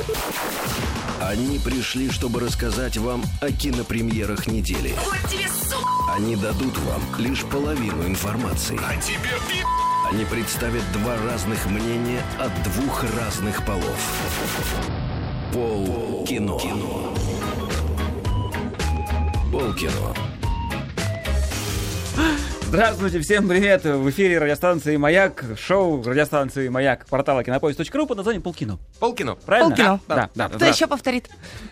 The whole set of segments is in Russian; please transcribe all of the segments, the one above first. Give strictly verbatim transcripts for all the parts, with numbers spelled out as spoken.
Они пришли, чтобы рассказать вам о кинопремьерах недели. Вот тебе, сука! Они дадут вам лишь половину информации. А тебе пи***! Они представят два разных мнения от двух разных полов. Полкино. Полкино. Здравствуйте, всем привет! В эфире радиостанции «Маяк», шоу радиостанции «Маяк», портала кинопоиск точка ру под названием «Полкино». Полкино. Правильно? Полкино. Да, да, да. Кто да. еще повторит?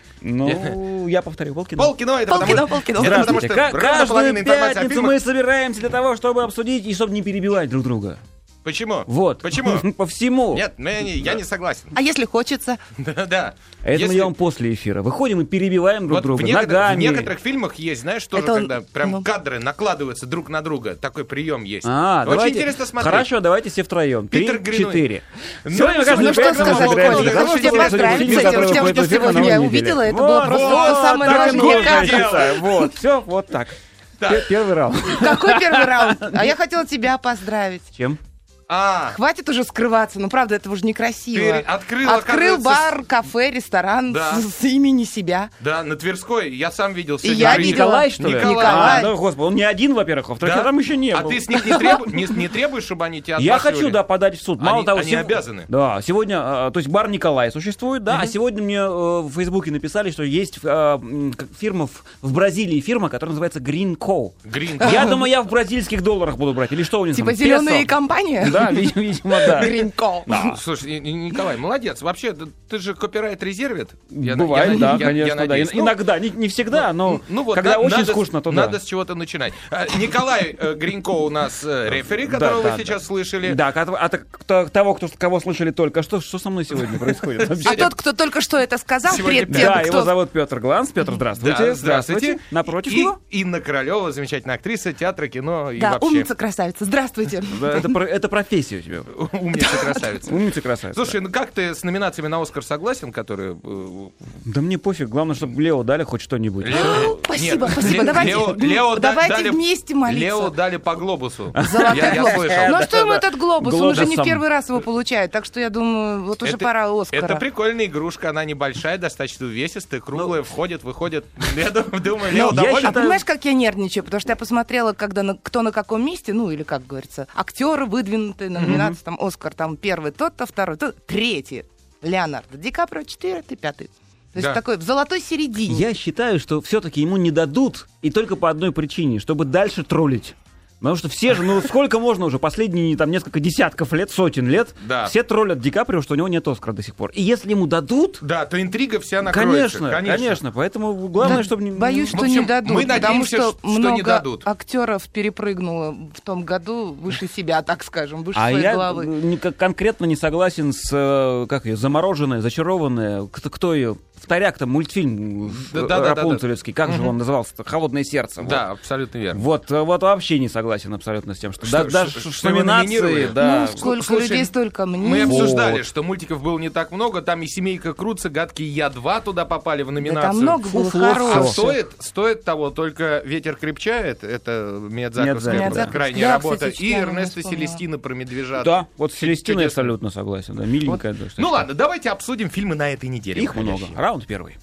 Ну, я повторю, Полкино. Полкино, это Полкино, потому, полкино. это потому Здравствуйте. что Ка- ровно половина Каждую информации о пятницу фильмах. мы собираемся для того, чтобы обсудить и чтобы не перебивать друг друга. Почему? Вот. Почему? По всему. Нет, я не, я не согласен. А если хочется? Да, да. Это мы Если- делаем после эфира. Выходим и перебиваем друг Вот друга в, некотор- ногами. в некоторых фильмах есть, знаешь, тоже, Это он- когда прям ну. кадры накладываются друг на друга. Такой прием есть. А, Очень давайте... интересно смотреть. Хорошо, давайте все втроем. Три, Питер Гринуэй. четыре. Ну, Сегодня ну, каждую Ну что пятницу сказать, собираемся Коля, для того, как чтобы тебе обсудить понравится фильм, этим, который тем, выходит что в эфир на сегодня новой я неделе. увидела, это Вот, было просто вот, то самое так и важное, мне нужно кажется. делать. Вот, все, вот так. Так. Пе- Первый раунд. Какой первый раунд? А я хотела тебя поздравить. Чем? А, Хватит уже скрываться, ну правда, это уже некрасиво. Ты открыл, Открыл оказывается, бар, кафе, ресторан Да. с, с имени себя. да, на Тверской. Я сам видел. И я Сегодня. видела. Николай, что ли? Николай. А, ну, господи, он не один, во-первых, во-вторых, Да? я там еще не А был. ты с них не, требу- не, не требуешь, чтобы они тебя Я отпахивали? хочу, да, подать в суд. Мало Они- того, они сев- обязаны. Да, сегодня, а, то есть бар Николай существует, да, а сегодня мне э, в Фейсбуке написали, что есть э, м, как фирма в, в Бразилии, фирма, которая называется Green Co. Грин. Я думаю, я в бразильских долларах буду брать, или что у них Типа там? зеленая Песо? компания? Да, видимо, видимо, да. Гринко. Слушай, Ни- Ни- Николай, молодец. Вообще, ты- ты же копирайт резервит. Я- Бывает, я- да, я- я конечно, да. надеюсь. И- Ну, Иногда, не, не всегда, но ну вот, когда на- очень надо, скучно, то да. надо с чего-то начинать. А, Николай э, Гринько у нас э, рефери, Да, которого да, вы сейчас да. слышали. Да, от, от- от того, кто, кого слышали только что, что со мной сегодня происходит вообще? А тот, кто только что это сказал, Сегодня перед пятница. тем, Да, кто... его зовут Петр Гланс. Петр, Да, здравствуйте. здравствуйте. Напротив и, него? Инна Королева, замечательная актриса, театра, кино и Да, вообще. умница, красавица. Здравствуйте. Да, это, про- это профессия у тебя. Умница, красавица. Умница, красавица. Слушай, ну как ты с номинациями на Оскар согласен, которые... э, Да мне пофиг, главное, чтобы Лео дали хоть что-нибудь. Лео- Спасибо, Нет, спасибо. Ле- Давайте, Лео- м, Лео да- давайте дали- вместе молиться. Лео дали по глобусу. Золотой Я- я глобус. слышал. Ну а Да, что ему да. этот глобус? Он уже не Глобусом. первый раз его получает, так что я думаю, вот уже Это- пора Оскара. Это прикольная игрушка, она небольшая, достаточно увесистая, круглая, входит, выходит. Я дум- думаю, Ну, Лео я доволен. А считаю- понимаешь, как я нервничаю? Потому что я посмотрела, когда на, кто на каком месте, ну или как говорится, актеры выдвинутые на номинацию, там Оскар, там первый тот-то, второй, тот, третий. Леонардо Ди Каприо, четвертый, пятый. То есть Да. такой в золотой середине. Я считаю, что все-таки ему не дадут, и только по одной причине, чтобы дальше троллить. Потому что все же, ну сколько можно уже, последние там несколько десятков лет, сотен лет, Да. все троллят Ди Каприо, что у него нет Оскара до сих пор. И если ему дадут, Да, то интрига вся накроется. конечно, конечно, поэтому главное, Да, чтобы... не- Боюсь, В что общем, не дадут, мы потому надеемся, что, что не много дадут. актеров перепрыгнуло в том году выше себя, так скажем, выше А своей я головы. не- кон- конкретно не согласен с, э, как ее, замороженная, зачарованная, кто, кто ее, вторяк там, мультфильм Да, э, да, да, да, рапунцелевский, как же он назывался, «Холодное сердце». вот. Да, абсолютно верно. Вот, э, вот вообще не согласен абсолютно с тем, что, Что- да- даже что- с что его номинацией, номинировали? да. Ну, сколько Слушай, людей, столько мнений. Мы Вот. обсуждали, что мультиков было не так много, там и «Семейка Крудса», «Гадкий я два» туда попали в Да номинацию. там много было Фуфло, А хороших. стоит, стоит того только «Ветер крепчает», это Миядзаковская Миядзаки, да. крайняя Да, работа, кстати, и я Эрнесто вспомнила. Селестино про медвежат. Да, вот с Селестиной Чудесно. абсолютно согласен, да, миленькая. да, что Ну это. ладно, давайте обсудим фильмы на этой неделе. Их много. выходящие. Раунд первый.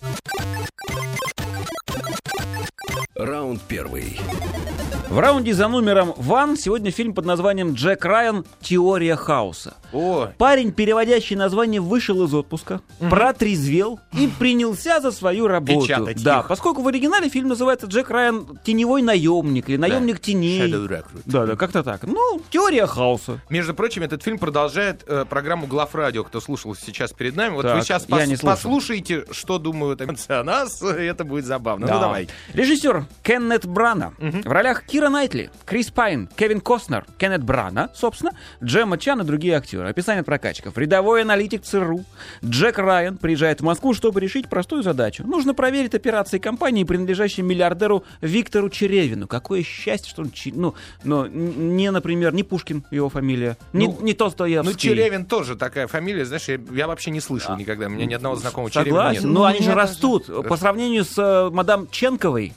Раунд первый. В раунде за номером один сегодня фильм под названием «Джек Райан. Теория хаоса». О, Парень, переводящий название, вышел из отпуска, протрезвел и принялся за свою работу. Печатать Да, их. поскольку в оригинале фильм называется «Джек Райан. Теневой наемник» или «Наемник теней». Shadow Recruit. Да, да, как-то так. Ну, теория хаоса. Между прочим, этот фильм продолжает э, программу «Главрадио», кто слушал сейчас перед нами. Вот Так, вы сейчас я пос- не слушал. послушаете, что думают о нас, и это будет забавно. Да. Ну давай. Режиссер Кеннет Брана. В ролях Кира Найтли, Крис Пайн, Кевин Костнер, Кеннет Брана, собственно, Джемма Чан и другие актеры. Описание прокачков. Рядовой аналитик ЦРУ Джек Райан приезжает в Москву, чтобы решить простую задачу. Нужно проверить операции компании, принадлежащей миллиардеру Виктору Черевину. Какое счастье, что он... Чи- Ну, но н- не, например, не Пушкин его фамилия, не, Ну, не Толстоевский. Ну, Черевин тоже такая фамилия, знаешь, я, я вообще не слышал никогда. У меня ни одного знакомого Черевина Согласен, нет. но Ну, они у же меня растут. По сравнению с э, мадам Ченковой,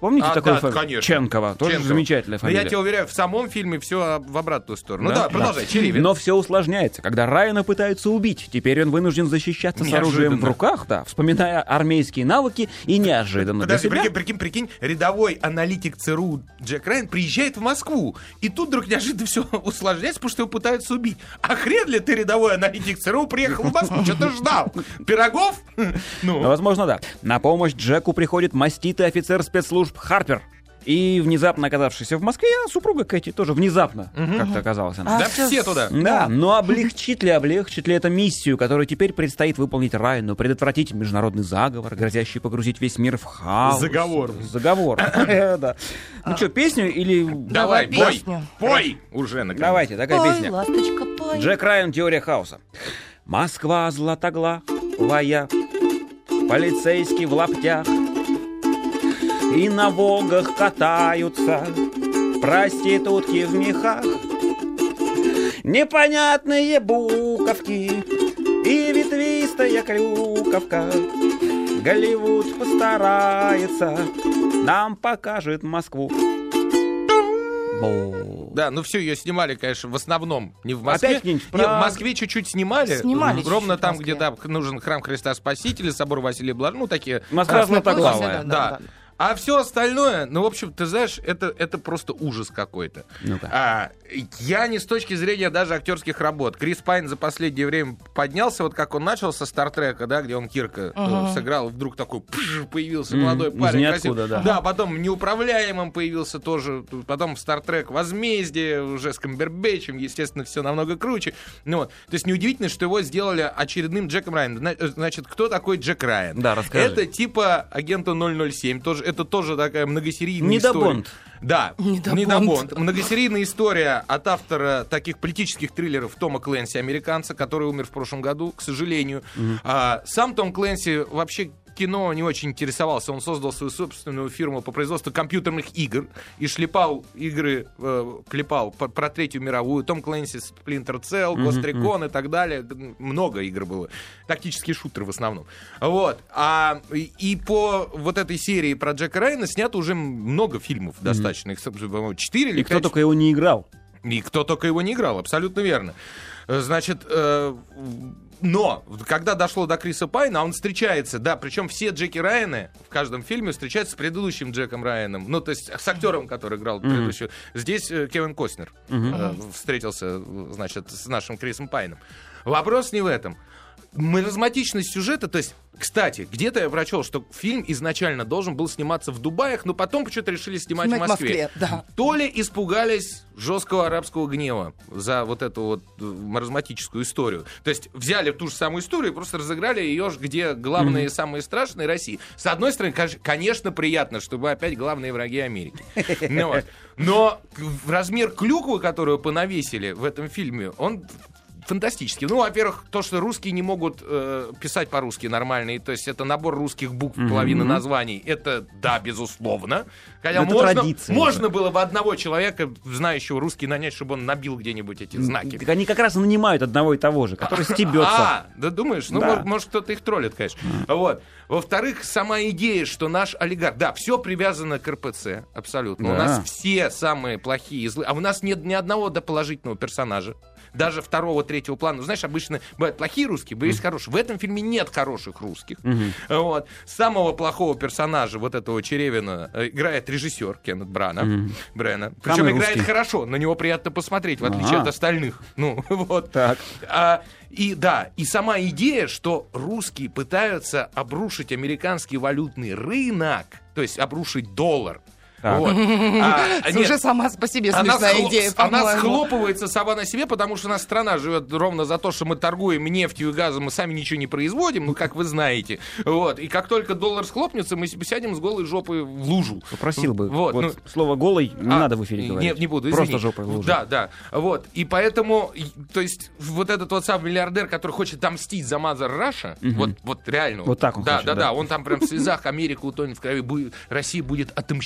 Помните А, такой да, фа- конечно. Ченкова? Тоже Ченкова. замечательная Но я фамилия. тебе уверяю, в самом фильме все в обратную сторону. Ну Да? да, продолжай, Черевин. Но все усложняется, когда Райана пытаются убить. Теперь он вынужден защищаться с оружием в Неожиданно. руках, да, вспоминая армейские навыки и неожиданно для Подожди, себя. прикинь, прикинь, прикинь, рядовой аналитик ЦРУ Джек Райан приезжает в Москву, и тут вдруг неожиданно все усложняется, потому что его пытаются убить. А хрен ли ты, рядовой аналитик ЦРУ, приехал в Москву? Что ты ждал? Пирогов? Ну, Ну, возможно, да. На помощь Джеку приходит маститый офицер спецслужб Харпер. И внезапно оказавшийся в Москве, супруга Кэти тоже внезапно как-то оказалась она. да А всё все с- туда. Да, но облегчит ли, облегчит ли это миссию, которую теперь предстоит выполнить Райану, предотвратить международный заговор, грозящий погрузить весь мир в хаос? Заговор. Заговор. Э, да. Ну что, песню или... Давай, Давай пой, песню. пой уже, наконец. Давайте, такая Пой, песня. ласточка, пой. Джек Райан, «Теория хаоса». Москва златоглавая, полицейский в лаптях, и на Волгах катаются проститутки в мехах. Непонятные буковки и ветвистая крюковка. Голливуд постарается, нам покажет Москву. Бо. Да, ну все, ее снимали, конечно, в основном не в Москве. Опять где-нибудь в Не, в Праге. Москве чуть-чуть снимали. Снимали М, Ровно чуть-чуть в там, Москве. где да, нужен храм Христа Спасителя, собор Василия Блаженного, ну такие. Москва Красная площадь, златоглавая. да, Да. да, да. А все остальное, ну, в общем, ты знаешь, это, это просто ужас какой-то. Ну-ка. А, я не с точки зрения даже актерских работ. Крис Пайн за последнее время поднялся, вот как он начал со Стартрека, да, где он Кирка э, сыграл, вдруг такой пш, появился Мгм. молодой Из парень. ниоткуда, красивый. да. Да, потом неуправляемым появился тоже, потом Стартрек Возмездие, уже с Камбербэтчем, естественно, все намного круче. Ну, вот. То есть неудивительно, что его сделали очередным Джеком Райаном. Зна- Значит, кто такой Джек Райан? Да, расскажи. Это типа агента ноль ноль семь, тоже, это тоже такая многосерийная Не до история. Бонд. Да, Не до не до Бонд. Бонд. Многосерийная история от автора таких политических триллеров Тома Клэнси, американца, который умер в прошлом году, к сожалению. А, сам Том Клэнси вообще кино не очень интересовался. Он создал свою собственную фирму по производству компьютерных игр и шлепал игры, э, клепал по- про Третью мировую. Том Клэнси, Splinter Cell, Ghost Recon и так далее. Много игр было. Тактические шутеры в основном. Вот. А, и, и по вот этой серии про Джека Райана снято уже много фильмов достаточно. Их, по-моему, четыре или И кто пять. только его не играл. И кто только его не играл, абсолютно верно. Э, Значит, э, но когда дошло до Криса Пайна, он встречается, да, причем все Джеки Райаны в каждом фильме встречаются с предыдущим Джеком Райаном, ну, то есть с актером, который играл предыдущего. Здесь э, Кевин Костнер э, встретился, значит, с нашим Крисом Пайном. Вопрос не в этом. Маразматичность сюжета, то есть, кстати, где-то я прочел, что фильм изначально должен был сниматься в Дубаях, но потом почему-то решили снимать Снимать в в Москве. Москве, да. То ли испугались жесткого арабского гнева за вот эту вот э, маразматическую историю. То есть взяли ту же самую историю и просто разыграли ее, ж где главные, самые страшные России. С одной стороны, кон- конечно, приятно, чтобы опять главные враги Америки. Ну вот. Но к- размер клюквы, которую понавесили в этом фильме, он фантастический. Ну, во-первых, то, что русские не могут э, писать по-русски нормально, и, то есть это набор русских букв, половина названий, это да, безусловно. Хотя Это можно, традиция можно было бы одного человека, знающего русский, нанять, чтобы он набил где-нибудь эти знаки. Так они как раз и нанимают одного и того же, который стебется. А, да думаешь? Ну, Да. может, может, кто-то их троллит, конечно. Вот. Во-вторых, сама идея, что наш олигарх... Да, все привязано к эр пэ цэ, абсолютно. У Да. нас все самые плохие и злые. А у нас нет ни одного до положительного персонажа. Даже второго, третьего плана. Ну, знаешь, обычно бывают плохие русские, бывают хорошие. В этом фильме нет хороших русских. Вот. Самого плохого персонажа, вот этого Черевина, э, играет режиссер Кеннет Брана. Брена. Причем Самый играет русский. хорошо, на него приятно посмотреть, в отличие Ага. от остальных. Ну, вот. Так. А, и да, и сама идея, что русские пытаются обрушить американский валютный рынок, то есть обрушить доллар. Так. Вот. А, нет, Уже сама по себе она, смешная схлоп- идея, она по-моему. схлопывается сама на себе, потому что у нас страна живет ровно за то, что мы торгуем нефтью и газом, мы сами ничего не производим, ну, как вы знаете. Вот. И как только доллар схлопнется, мы сядем с голой жопой в лужу. Попросил бы. Вот, Вот, ну, слово «голый» не а, надо в эфире говорить. Не, не буду, Просто извини. жопой в луже. Да, да. Вот. И поэтому, и- то есть, вот этот вот сам миллиардер, который хочет отомстить за Mother Russia, вот, вот реально. Вот так он да, хочет, да, да. да. Он там прям в слезах, Америка утонет в крови, будет, Россия будет отомщена.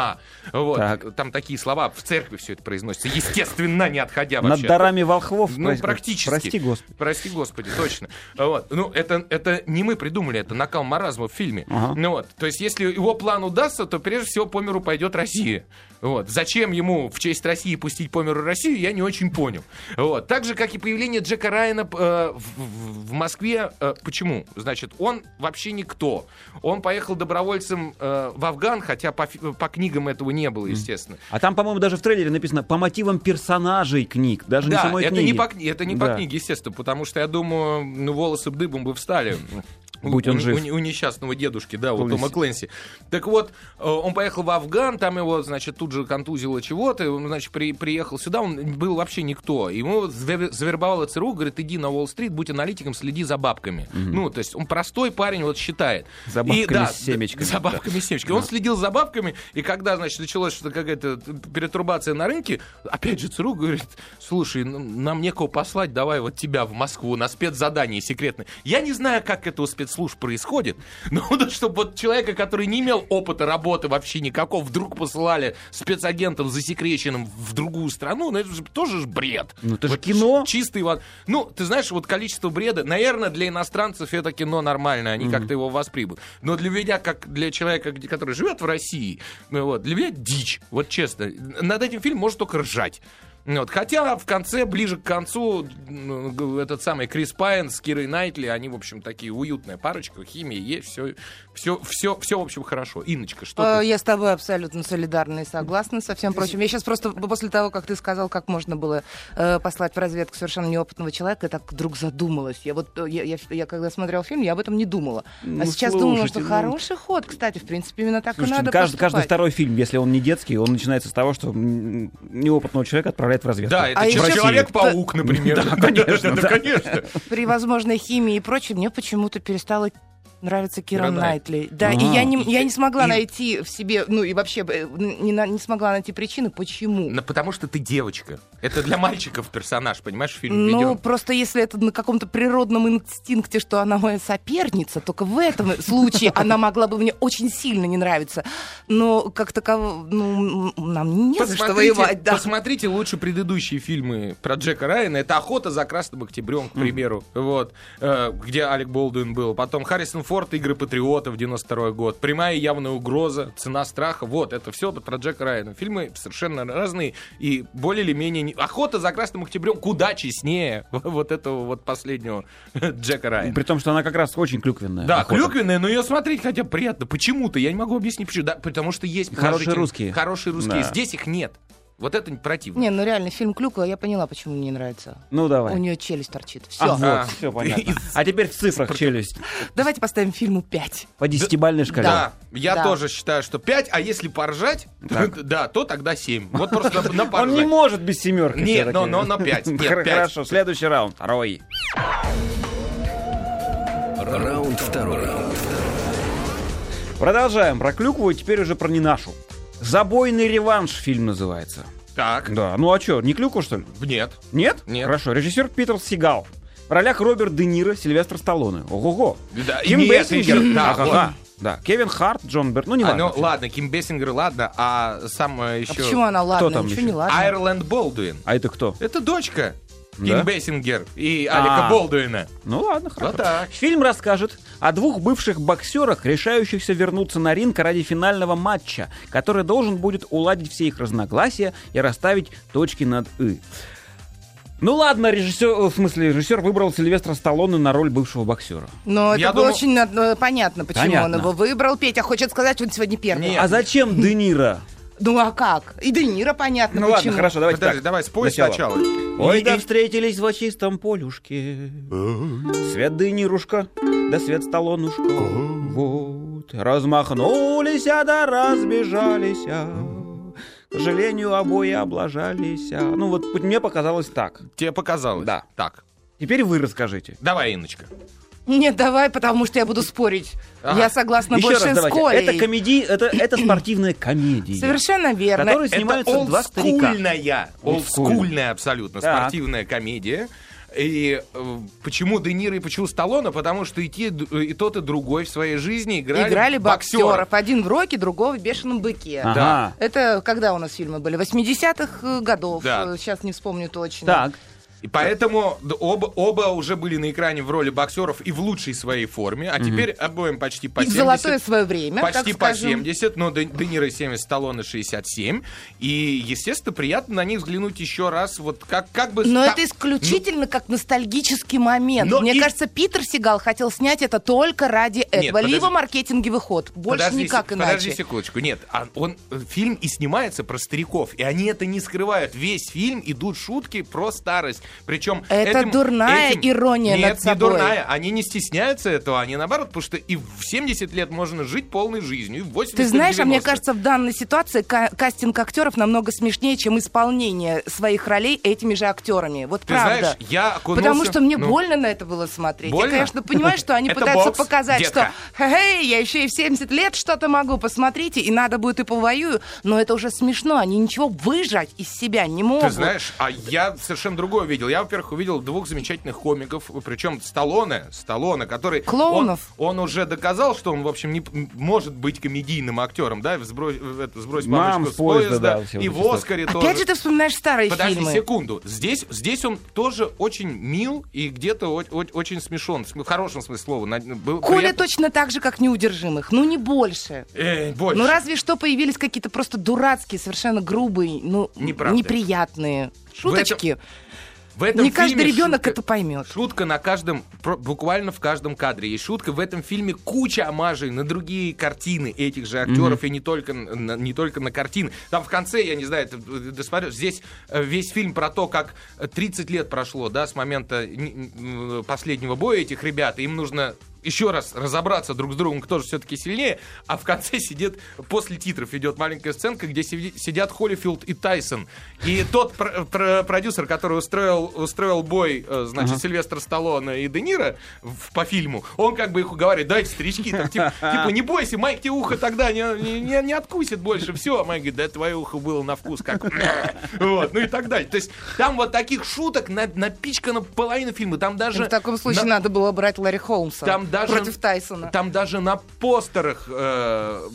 естественно. Вот. Так. Там такие слова, в церкви все это произносится. Естественно, не отходя Над вообще. дарами волхвов. Ну, прости- практически. Прости, Господи. Прости, Господи, точно. Вот. Ну, это, это не мы придумали, это накал маразма в фильме. Ага. Ну, вот. То есть, если его план удастся, то прежде всего по миру пойдет Россия. Вот. Зачем ему в честь России пустить по миру Россию, я не очень понял. Вот. Так же, как и появление Джека Райана э, в, в, в Москве. Э, почему? Значит, он вообще никто. Он поехал добровольцем э, в Афган, хотя по, по книгам этого не было, естественно. А там, по-моему, даже в трейлере написано по мотивам персонажей книг, даже не Да, самой это книги. не, по, кни- это не Да. по книге, естественно, потому что, я думаю, ну, волосы бы дыбом бы встали. Будь у, он у- жив. У, у несчастного дедушки, да, у Клэнси. Тома Клэнси. Так вот, э, он поехал в Афган, там его, значит, тут же контузило чего-то, и он, значит, при- приехал сюда, он был вообще никто. Ему завер- завербовала ЦРУ, говорит, иди на Уолл-стрит, будь аналитиком, следи за бабками. Ну, то есть он простой парень, вот считает. За И, бабками да, с семечками. За бабками с семечками. Он следил за бабками, и когда, значит, началась что-то какая-то перетурбация на рынке, опять же ЦРУ говорит, слушай, ну, нам некого послать, давай вот тебя в Москву на спецзадание секретное. Я не знаю, как это у спецслужб происходит, но вот, чтобы вот человека, который не имел опыта работы вообще никакого, вдруг посылали спецагентом засекреченным в другую страну, ну это же тоже ж бред. Ну, это же Вот кино. ч- Чистый вот. Ну, ты знаешь, вот количество бреда, наверное, для иностранцев это кино нормально, они как-то его воспримут. Но для меня, как для человека, где- который живет в России, ну, вот, для меня дичь. Вот честно. Над этим фильмом можно только ржать. Вот. Хотя в конце, ближе к концу, ну, этот самый Крис Пайн с Кирой Найтли, они, в общем, такие уютная парочка, химия есть, все, все, все, все в общем, хорошо. Инночка, что Э, ты? Я с тобой абсолютно солидарна и согласна со всем прочим. Я сейчас просто после того, как ты сказал, как можно было э, послать в разведку совершенно неопытного человека, я так вдруг задумалась. Я вот, э, я, я, я когда смотрела фильм, я об этом не думала. Ну, а сейчас думаю, слушайте, что ну- хороший ход, кстати, в принципе, именно так Слушайте, и надо ну, каждый, каждый поступать. второй фильм, если он не детский, он начинается с того, что м, неопытного человека отправляют в разведку. Да, это А Чел- еще- Человек-паук, например. Да, конечно, Да, да. конечно. При возможной химии и прочем, мне почему-то перестало нравится Кира Кира Найтли. Да, А. и я не, я не смогла И- найти в себе, ну и вообще э, не, на- не смогла найти причины, почему. Ну, потому что ты девочка. Это для мальчиков персонаж, понимаешь, в фильме Ну, введен. просто если это на каком-то природном инстинкте, что она моя соперница, только в этом случае она могла бы мне очень сильно не нравиться. Но как таково, ну, нам не за что воевать, да. Посмотрите лучше предыдущие фильмы про Джека Райана. Это «Охота за красным октябрем», к примеру, вот, э, где Алек Болдуин был. Потом Харрисон Форд, «Игры патриотов», девяносто второй год. «Прямая и явная угроза», «Цена страха». Вот, это все про Джека Райана. Фильмы совершенно разные и более или менее... не- «Охота за красным октябрем» куда честнее вот этого вот последнего Джека Райана. При том, что она как раз очень клюквенная. Да, охота. клюквенная, но ее смотреть хотя бы приятно. Почему-то, я не могу объяснить почему. Да, потому что есть Хорошие положительные- русские. Хорошие русские. Да. Здесь их нет. Вот это противно. Не, ну реально, фильм «Клюква», я поняла, почему мне не нравится. Ну, давай. У нее челюсть торчит. Все. А, вот, А. все понятно. А теперь в цифрах челюсть. Давайте поставим фильму пять. По десятибалльной шкале. Да, я Да. тоже считаю, что пять, а если поржать, Так. да, то тогда семь. Вот просто на, на Он поржать. не может без семерки. Нет, всё-таки. но- но на пять. Нет, Хор- пять. Хорошо, следующий раунд. Второй. Раунд второй. Продолжаем про клюкву, и теперь уже про не нашу. «Забойный реванш» фильм называется. Так, Да, ну а что, не клюква, что ли? нет. Нет? Нет. Хорошо, режиссер Питер Сигал. В ролях Роберт Де Ниро, Сильвестр Сталлоне. Ого-го. Да, Ким нет, Бейсингер. еще- да, Ага, вот. да. Кевин Харт, Джон Берн. Ну, не А, важно. ну ладно, Ким Бейсингер, ладно, а сам э, еще... А почему она ладно? там Ничего еще? не ладно. Айрленд Болдуин. А это кто? Это дочка Да? Ким Бейсингер и Алека А. Болдуина. Ну ладно, хорошо. Вот так. Фильм расскажет о двух бывших боксерах, решающихся вернуться на ринг ради финального матча, который должен будет уладить все их разногласия и расставить точки над «и». Ну ладно, режиссер, в смысле, режиссер выбрал Сильвестра Сталлоне на роль бывшего боксера. Но Я это было думал- очень э, понятно, почему Понятно. он его выбрал. Петя хочет сказать, он сегодня первый. Нет. А зачем Де Ниро? Ну а как? И Де Ниро понятно, Ну почему. ладно, хорошо, давайте Подожди, так. давай спой Сначала. сначала. Ой, И- да и- встретились во чистом полюшке. Свет Денирушка, да свет Сталлонушка. Вот, размахнулись, а да разбежались. а. К сожалению, обои облажались. а. Ну вот мне показалось так. Тебе показалось? Да. Так, Теперь вы расскажите. давай, Инночка. Нет, давай, потому что я буду спорить. Ага. Я согласна Еще больше раз с давайте. Колей. Это комедия, это, это спортивная комедия. Совершенно верно. Которые снимаются Это два старика. олдскульная, Олдскульная. олдскульная абсолютно Так. спортивная комедия, И э, почему Де Ниро и почему Сталлоне? Потому что и, те, и тот, и другой в своей жизни играли, Играли боксеров. боксеров. Один в «Роке», другого в «Бешеном быке». Ага. Да. Это когда у нас фильмы были? восьмидесятых годов. Да. Сейчас не вспомню точно. Так. И поэтому д- оба, оба уже были на экране в роли боксеров и в лучшей своей форме, а теперь обоим почти по И в семьдесят. золотое свое время, Почти так по скажем. семьдесят, но Де, Де Ниро семьдесят, Сталлоне шестьдесят семь. И, естественно, приятно на них взглянуть еще раз. Вот как, как бы... Но ста- это исключительно как ностальгический момент. Но Мне и- кажется, Питер Сигал хотел снять это только ради этого. подожди. Либо маркетинговый ход. Больше Подожди, никак се- иначе. Подожди секундочку. Нет, а он, э, фильм и снимается про стариков, и они это не скрывают. Весь фильм идут шутки про старость. Причем Это этим- дурная этим- ирония Нет, над собой. не дурная. Они не стесняются этого, они наоборот, потому что и в семьдесят лет можно жить полной жизнью, и в восемьдесят, Ты знаешь, а мне девяносто. кажется, в данной ситуации ка- кастинг актеров намного смешнее, чем исполнение своих ролей этими же актерами. Вот Ты правда. знаешь, я окунулся... Потому что мне ну, больно на это было смотреть. Больно? Я, конечно, понимаю, что они Это пытаются бокс, показать, детка. что «Хе-хей, я еще и в семьдесят лет что-то могу, посмотрите, и надо будет и повоюю». Но это уже смешно, они ничего выжать из себя не могут. Ты знаешь, а я совершенно другое видел. Я, во-первых, увидел двух замечательных комиков, причем Сталлоне, Сталлоне, который... Клоунов. Он, он уже доказал, что он, в общем, не м- может быть комедийным актером, да, «Сбрось, это, сбрось Мам бабочку с с поезда, поезда», да, все и вот в эти «Оскаре» Опять тоже. же ты вспоминаешь старые Подожди фильмы. секунду. Здесь, здесь он тоже очень мил и где-то о- о- очень смешон. В хорошем смысле слова. На- был Коля приятно- точно так же, как «Неудержимых». Ну, не больше. Эй, больше. Ну, разве что появились какие-то просто дурацкие, совершенно грубые, ну, Неправда. неприятные шуточки. В этом Не каждый фильме ребенок шутка- это поймет. Шутка на каждом, про- буквально в каждом кадре. Есть шутка. В этом фильме куча омажей на другие картины этих же актеров, и не только, на, не только на картины. Там в конце, я не знаю, ты, ты смотришь, здесь э, весь фильм про то, как тридцать лет прошло, да, с момента н- н- последнего боя этих ребят, и им нужно еще раз разобраться друг с другом, кто же все-таки сильнее, а в конце сидит, после титров идет маленькая сценка, где сиди- сидят Холлифилд и Тайсон. И тот пр- пр- продюсер, который устроил, устроил бой, э, значит, Ага. Сильвестра Сталлоне и Де Ниро в- по фильму, он как бы их уговаривает: дайте старички, там, типа, типа, не бойся, Майк тебе ухо тогда не, не, не откусит больше, все. А Майк говорит: да, твое ухо было на вкус как... Вот, ну и так далее. То есть там вот таких шуток на- напичкана половина фильма, там даже... В таком случае на- надо было брать Ларри Холмса Там даже, против Тайсона. Там даже на постерах э,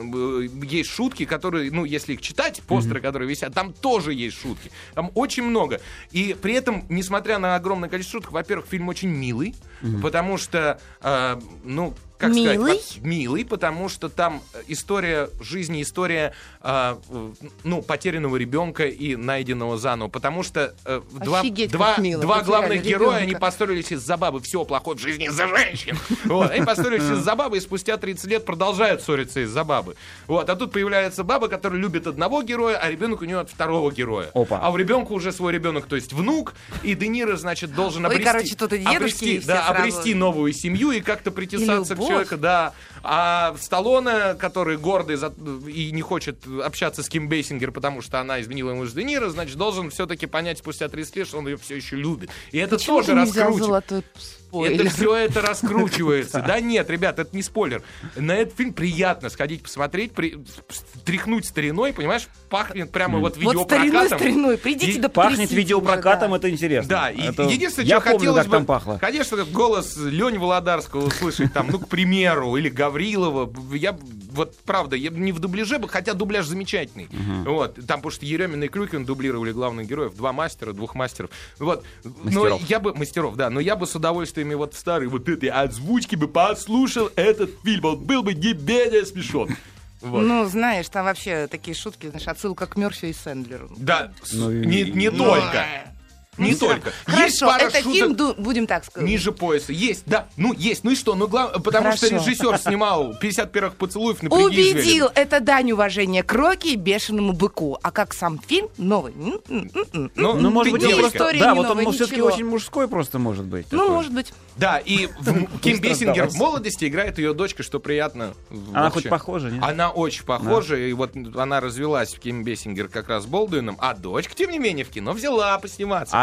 м, есть шутки, которые, ну, если их читать, постеры, которые висят, там тоже есть шутки. Там очень много. И при этом, несмотря на огромное количество шуток, во-первых, фильм очень милый, потому что, э, ну, как Милый? сказать, во- милый, потому что там история жизни, история э, э, ну, потерянного ребенка и найденного заново, потому что э, два, Офигеть, два, как мило, два потеряли главных героя, они ребенка. поссорились из-за бабы, все плохое в жизни из-за женщин. Вот, они поссорились из-за бабы, и спустя тридцать лет продолжают ссориться из-за бабы. Вот, а тут появляется баба, которая любит одного героя, а ребенок у нее от второго героя. Опа. А у ребенка уже свой ребенок, то есть внук, и Де Ниро, значит, должен Ой, обрести, короче, тут и дедушки, обрести, и все да, сразу. обрести новую семью и как-то притесаться И к любовь. человеку, да. А Сталлоне, который гордый за- и не хочет общаться с Ким Бейсингер, потому что она изменила ему с Де Ниро, значит, должен все-таки понять спустя тридцать лет, что он ее все еще любит. И это Почему тоже ты не взял раскручивает. золотой спойлер? Это все это раскручивается. Да нет, ребят, это не спойлер. На этот фильм приятно сходить посмотреть, при- тряхнуть стариной, понимаешь, пахнет прямо вот Вот стариной, видеопрокатом. стариной, придите И да Пахнет потрясите видеопрокатом, уже, да. это интересно. Да, и Это- единственное, я что помню, хотелось как бы, там пахло. конечно, голос Лёни Володарского услышать там, ну, к примеру, или Гаврилова. Я б- вот правда, я б не в дубляже, бы, хотя дубляж замечательный. Вот, там, потому что Еремин и Клюкин дублировали главных героев, два мастера, двух мастеров. Вот, но Мастеров. я бы, мастеров, да, но я бы с удовольствием и вот старый вот этой озвучки бы послушал этот фильм, он был бы не менее смешон. Вот. Ну, знаешь, там вообще такие шутки, знаешь, отсылка к Мерфи и Сэндлеру. Да, Ну, и- не, не Ну, только. ну, Не всё только. равно. Есть Хорошо, пара это шуток фильм, ду- будем так сказать. ниже пояса. Есть, да. Ну, есть. Ну и что? Ну, глав... Потому что Хорошо. режиссер снимал пятьдесят первых поцелуев на Приги Убедил, это дань уважения к Рокки и Бешеному быку. А как сам фильм, новый. м, м, м, м. Ну, Ну, может ты быть, он девочка. просто... История Да, не вот он новая, ну, все-таки ничего. очень мужской просто может быть. Ну, такой. может быть. Да, и в- Ким Бейсингер в сдаваться. молодости играет ее дочка, что приятно. Она вообще. хоть похожа, нет? Она очень похожа, и вот она развелась в Ким Бейсингер как раз с Болдуином, а дочка, тем не менее, в кино взяла посниматься. А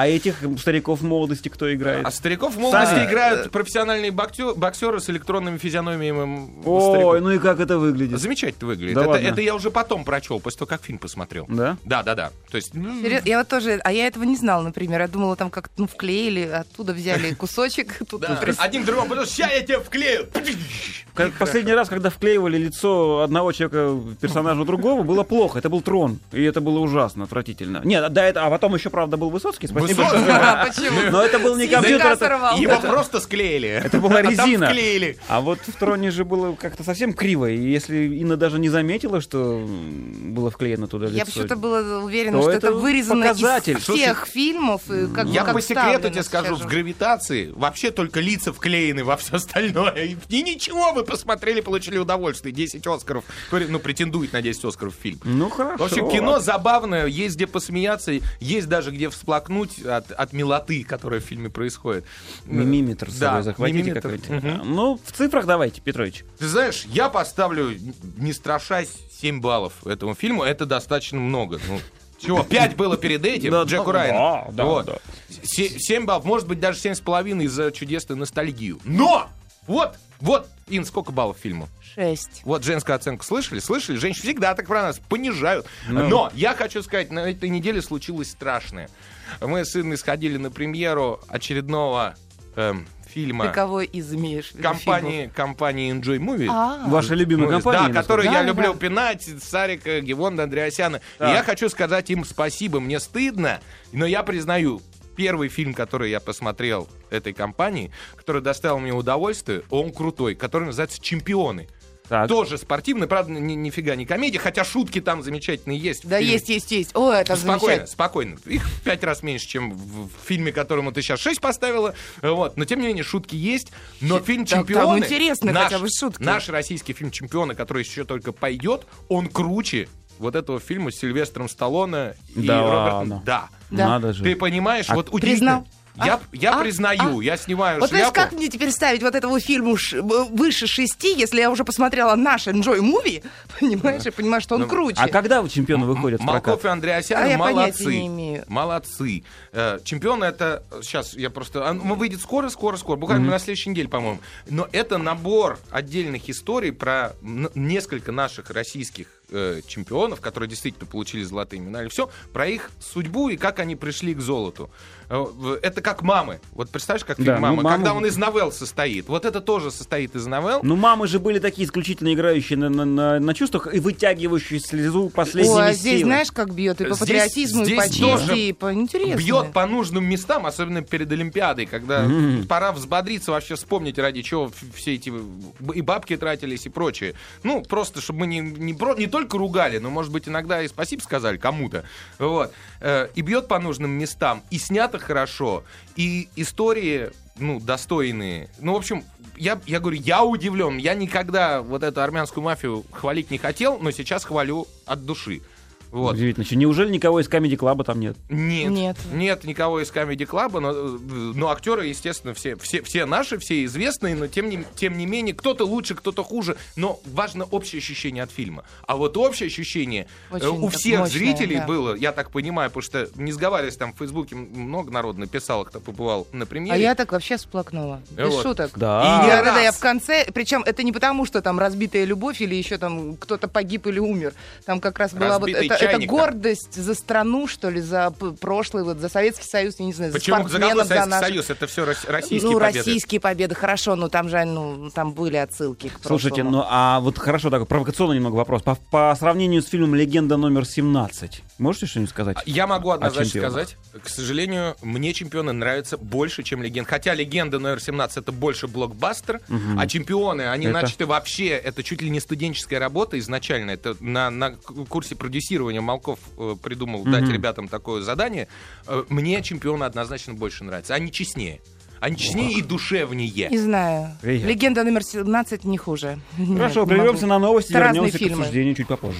А этих стариков в молодости кто играет? А стариков в молодости Сами. играют профессиональные боксё- боксеры с электронными физиономиями. Ой, стариков. ну и как это выглядит? Замечательно выглядит. Да это, ладно? это я уже потом прочел, после того, как фильм посмотрел. Да? Да, да, да. То есть, м, Серьёзно? Я вот тоже, а я этого не знала, например. Я думала, там как-то ну, вклеили, оттуда взяли кусочек. Тут да. прис- Один к другому, потому что ща я тебя вклею. Как последний раз, когда вклеивали лицо одного человека персонажу другого, было плохо. Это был Трон. И это было ужасно, отвратительно. Нет, да, это, а потом еще, правда, был Высоцкий. Спасибо. Высоцкий. А, почему? Но это был не С языка компьютер, это- сорвал. Его Это- просто склеили. Это была А там резина. вклеили. А вот в Троне же было как-то совсем криво. И если Инна даже не заметила, что м, было вклеено туда лицо. Я почему-то была уверена, То что это это вырезано показатель. из всех фильмов. И как бы Я как по секрету вставлено тебе скажу, сейчас в же. гравитации вообще только лица вклеены во все остальное. И, и ничего, вы посмотрели, получили удовольствие. десять Оскаров. Ну, претендует на десять Оскаров фильм. Ну хорошо. В общем, кино забавное, есть где посмеяться, есть даже где всплакнуть от, от милоты, которая в фильме происходит. Мимиметр с Да, собой захватите мимиметр. какой-нибудь. Мгм. Ну, в цифрах давайте, Петрович. Ты знаешь, я поставлю, не страшась, семь баллов этому фильму. Это достаточно много. Ну, чего, пять было перед этим, Да, Джеку да, Райану. да, Вот. да. Се- семь баллов, может быть, даже семь с половиной за чудесную ностальгию. Но! Вот, вот, Ин, сколько баллов фильму? Шесть. Вот женскую оценку слышали? Слышали? Женщины всегда так про нас понижают. Ну. Но я хочу сказать, на этой неделе случилось страшное. Мы с Инной сходили на премьеру очередного эм, фильма Ты кого из имеешь? в виду компании, компании Enjoy Movie. фильмов? А, Ваша любимая Ну, компания. да, которую Да, я да, люблю да. пинать, Сарика, Гевонда, Андреасяна. И Так. я хочу сказать им спасибо. Мне стыдно, но я признаю, первый фильм, который я посмотрел этой компании, который доставил мне удовольствие, он крутой, который называется «Чемпионы». Так. Тоже спортивный, правда, ни, нифига не комедия, хотя шутки там замечательные есть. в Да, фильме. есть, есть, есть. О, это Спокойно, замечательно. спокойно. Их в пять раз меньше, чем в, в фильме, которому ты сейчас шесть поставила. Вот. Но, тем не менее, шутки есть. Но фильм Там- «Чемпионы», там интересны наш, хотя бы шутки. наш российский фильм «Чемпионы», который еще только пойдет, он круче вот этого фильма с Сильвестром Сталлоне и Да Робертом. ладно. Да. Да. Надо же. Ты понимаешь, А вот признал? удивительно. Я, А? я А? признаю, А? я снимаю Вот знаешь, шляпу. как мне теперь ставить вот этому фильму ш- б- выше шести, если я уже посмотрела наш Enjoy Movie, понимаешь, и понимаю, что он Ну, круче. А когда у чемпиона выходят в прокат? Малков и Андреасян А я молодцы. понятия не имею. Молодцы. Э, Чемпионы это... Сейчас я просто... Он выйдет скоро, скоро, скоро. Буквально на следующей неделе, по-моему. Но это набор отдельных историй про н- несколько наших российских э, чемпионов, которые действительно получили золотые медали. Все про их судьбу и как они пришли к золоту. Э, в- Это как мамы. Вот представляешь, как фильм Да, ну, «Мамы», «Мамы». когда он из новелл состоит. Вот это тоже состоит из новелл. Ну, мамы же были такие исключительно играющие на, на- на- на чувствах и вытягивающие слезу последними Ой, а здесь силами. знаешь, как бьет и по Здесь- патриотизму, и здесь по тоже чести, и по интересно. Бьет по нужным местам, особенно перед Олимпиадой, когда пора взбодриться, вообще вспомнить, ради чего ф- все эти и бабки тратились и прочее. Ну, просто, чтобы мы не, не, про- не только ругали, но, может быть, иногда и спасибо сказали кому-то. Вот. Э, И бьет по нужным местам, и снято хорошо, и истории, ну, достойные. Ну, в общем, я, я говорю, я удивлен. Я никогда вот эту армянскую мафию хвалить не хотел, но сейчас хвалю от души. Вот. Удивительно. Что, неужели никого из Comedy Club там нет? Нет, нет, Нет. никого из Comedy Club, но, но актеры, естественно, все, все, все наши, все известные, но тем не, тем не менее, кто-то лучше, кто-то хуже, но важно общее ощущение от фильма. А вот общее ощущение э, Очень у так всех мощное, зрителей да. было, я так понимаю, потому что, не сговариваясь, там в Фейсбуке много народ написал, кто побывал на премьере. А я так вообще всплакнула. Без Вот. шуток. Да. И Я, не да, да, я раз. в конце, причем это не потому, что там разбитая любовь или еще там кто-то погиб или умер. Там как раз была вот Разбитый это, это чайник там. гордость за страну, что ли, за п- прошлый, вот за Советский Союз, я не знаю, Почему? за За какой спортсменов, за Советский наших. Союз? Это все российские Ну, победы. российские победы, хорошо, ну там же, ну, там были отсылки к Слушайте, прошлому. ну а вот хорошо, такой провокационный немного вопрос. По, по сравнению с фильмом «Легенда номер семнадцать», можете что-нибудь сказать? Я могу однозначно чемпионах? сказать, к сожалению, мне «Чемпионы» нравятся больше, чем «Легенда». Хотя «Легенда номер семнадцать» — это больше блокбастер, а «Чемпионы», они Это? начаты вообще, это чуть ли не студенческая работа изначально. Это на, на курсе продюсирования Малков э, придумал дать ребятам такое задание. Э, мне «Чемпионы» однозначно больше нравятся. Они честнее. Они честнее и душевнее. Не знаю. Приятно. Легенда номер семнадцать не хуже. Хорошо, Нет, не прервемся могу. на новости, Это разные вернемся к фильмы. обсуждению чуть попозже.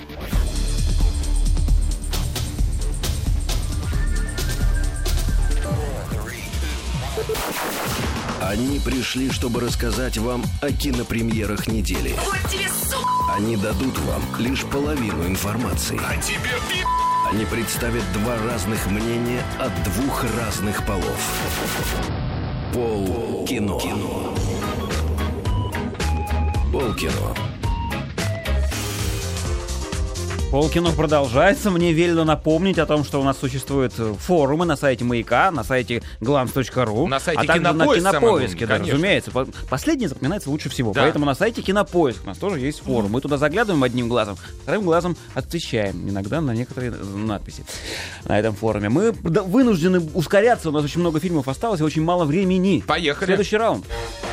Они пришли, чтобы рассказать вам о кинопремьерах недели. Вот тебе, сука! Они дадут вам лишь половину информации. А тебе пи***! не представит два разных мнения от двух разных полов. Пол кино. Пол кино. Полкино продолжается. Мне велено напомнить о том, что у нас существуют форумы на сайте Маяка, на сайте гланс точка ру, на сайте а также Кинопоиск, на Кинопоиске, да, конечно. разумеется. Последний запоминается лучше всего. Да. Поэтому на сайте Кинопоиск у нас тоже есть форум. Мы туда заглядываем одним глазом, вторым глазом отвечаем иногда на некоторые надписи на этом форуме. Мы вынуждены ускоряться. У нас очень много фильмов осталось и очень мало времени. Поехали. Следующий раунд.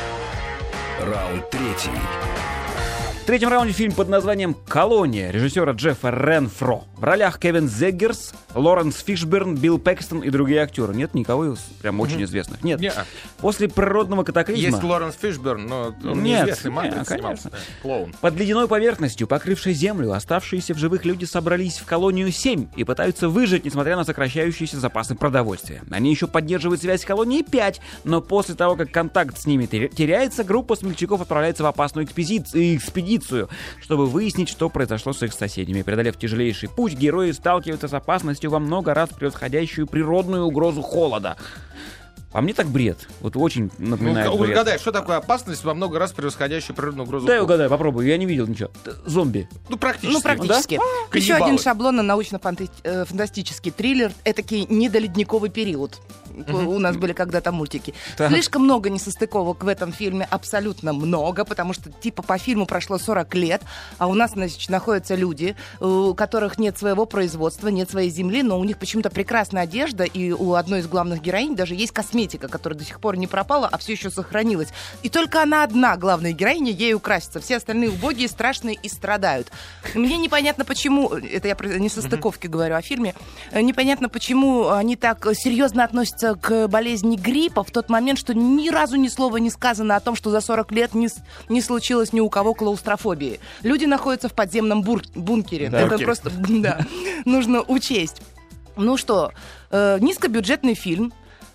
Раунд третий. В третьем раунде фильм под названием «Колония» режиссера Джеффа Ренфро. В ролях Кевин Зеггерс, Лоренс Фишберн, Билл Пэкстон и другие актеры. Нет никого из прям очень известных. Нет. Не-а. После природного катаклизма... Есть Лоренс Фишберн, но он Нет, неизвестный мальчик нет, снимался. конечно. Клоун. Под ледяной поверхностью, покрывшей землю, оставшиеся в живых люди собрались в колонию семь и пытаются выжить, несмотря на сокращающиеся запасы продовольствия. Они еще поддерживают связь с колонией пять, но после того, как контакт с ними теряется, группа смельчаков отправляется в опасную экспедицию, экспедицию чтобы выяснить, что произошло с их соседями. Преодолев тяжелейший путь, герои сталкиваются с опасностью во много раз превосходящую природную угрозу холода. А мне так бред. Вот очень напоминает Ну, бред. угадай, что такое опасность во много раз превосходящую природную угрозу? Дай угадаю, попробую. Я не видел ничего. Т- Зомби. Ну, практически. Ну, практически. Да? Еще Каннибалы. один шаблонно научно-фантастический триллер. Этакий недоледниковый период. У нас были когда-то мультики. Так. Слишком много несостыковок в этом фильме. Абсолютно много. Потому что, типа, по фильму прошло сорок лет, а у нас, значит, находятся люди, у которых нет своего производства, нет своей земли, но у них почему-то прекрасная одежда, и у одной из главных героинь даже есть косметика, которая до сих пор не пропала, а все еще сохранилась. И только она одна, главная героиня, ею красится. Все остальные убогие, страшные и страдают. Мне непонятно, почему, это я про несостыковки mm-hmm. говорю о фильме, непонятно, почему они так серьезно относятся к болезни гриппа в тот момент, что ни разу ни слова не сказано о том, что за сорок лет не, не случилось ни у кого клаустрофобии. Люди находятся в подземном бур- бункере. Да. Это Бункер. просто да, нужно учесть. Ну что, э, низкобюджетный фильм.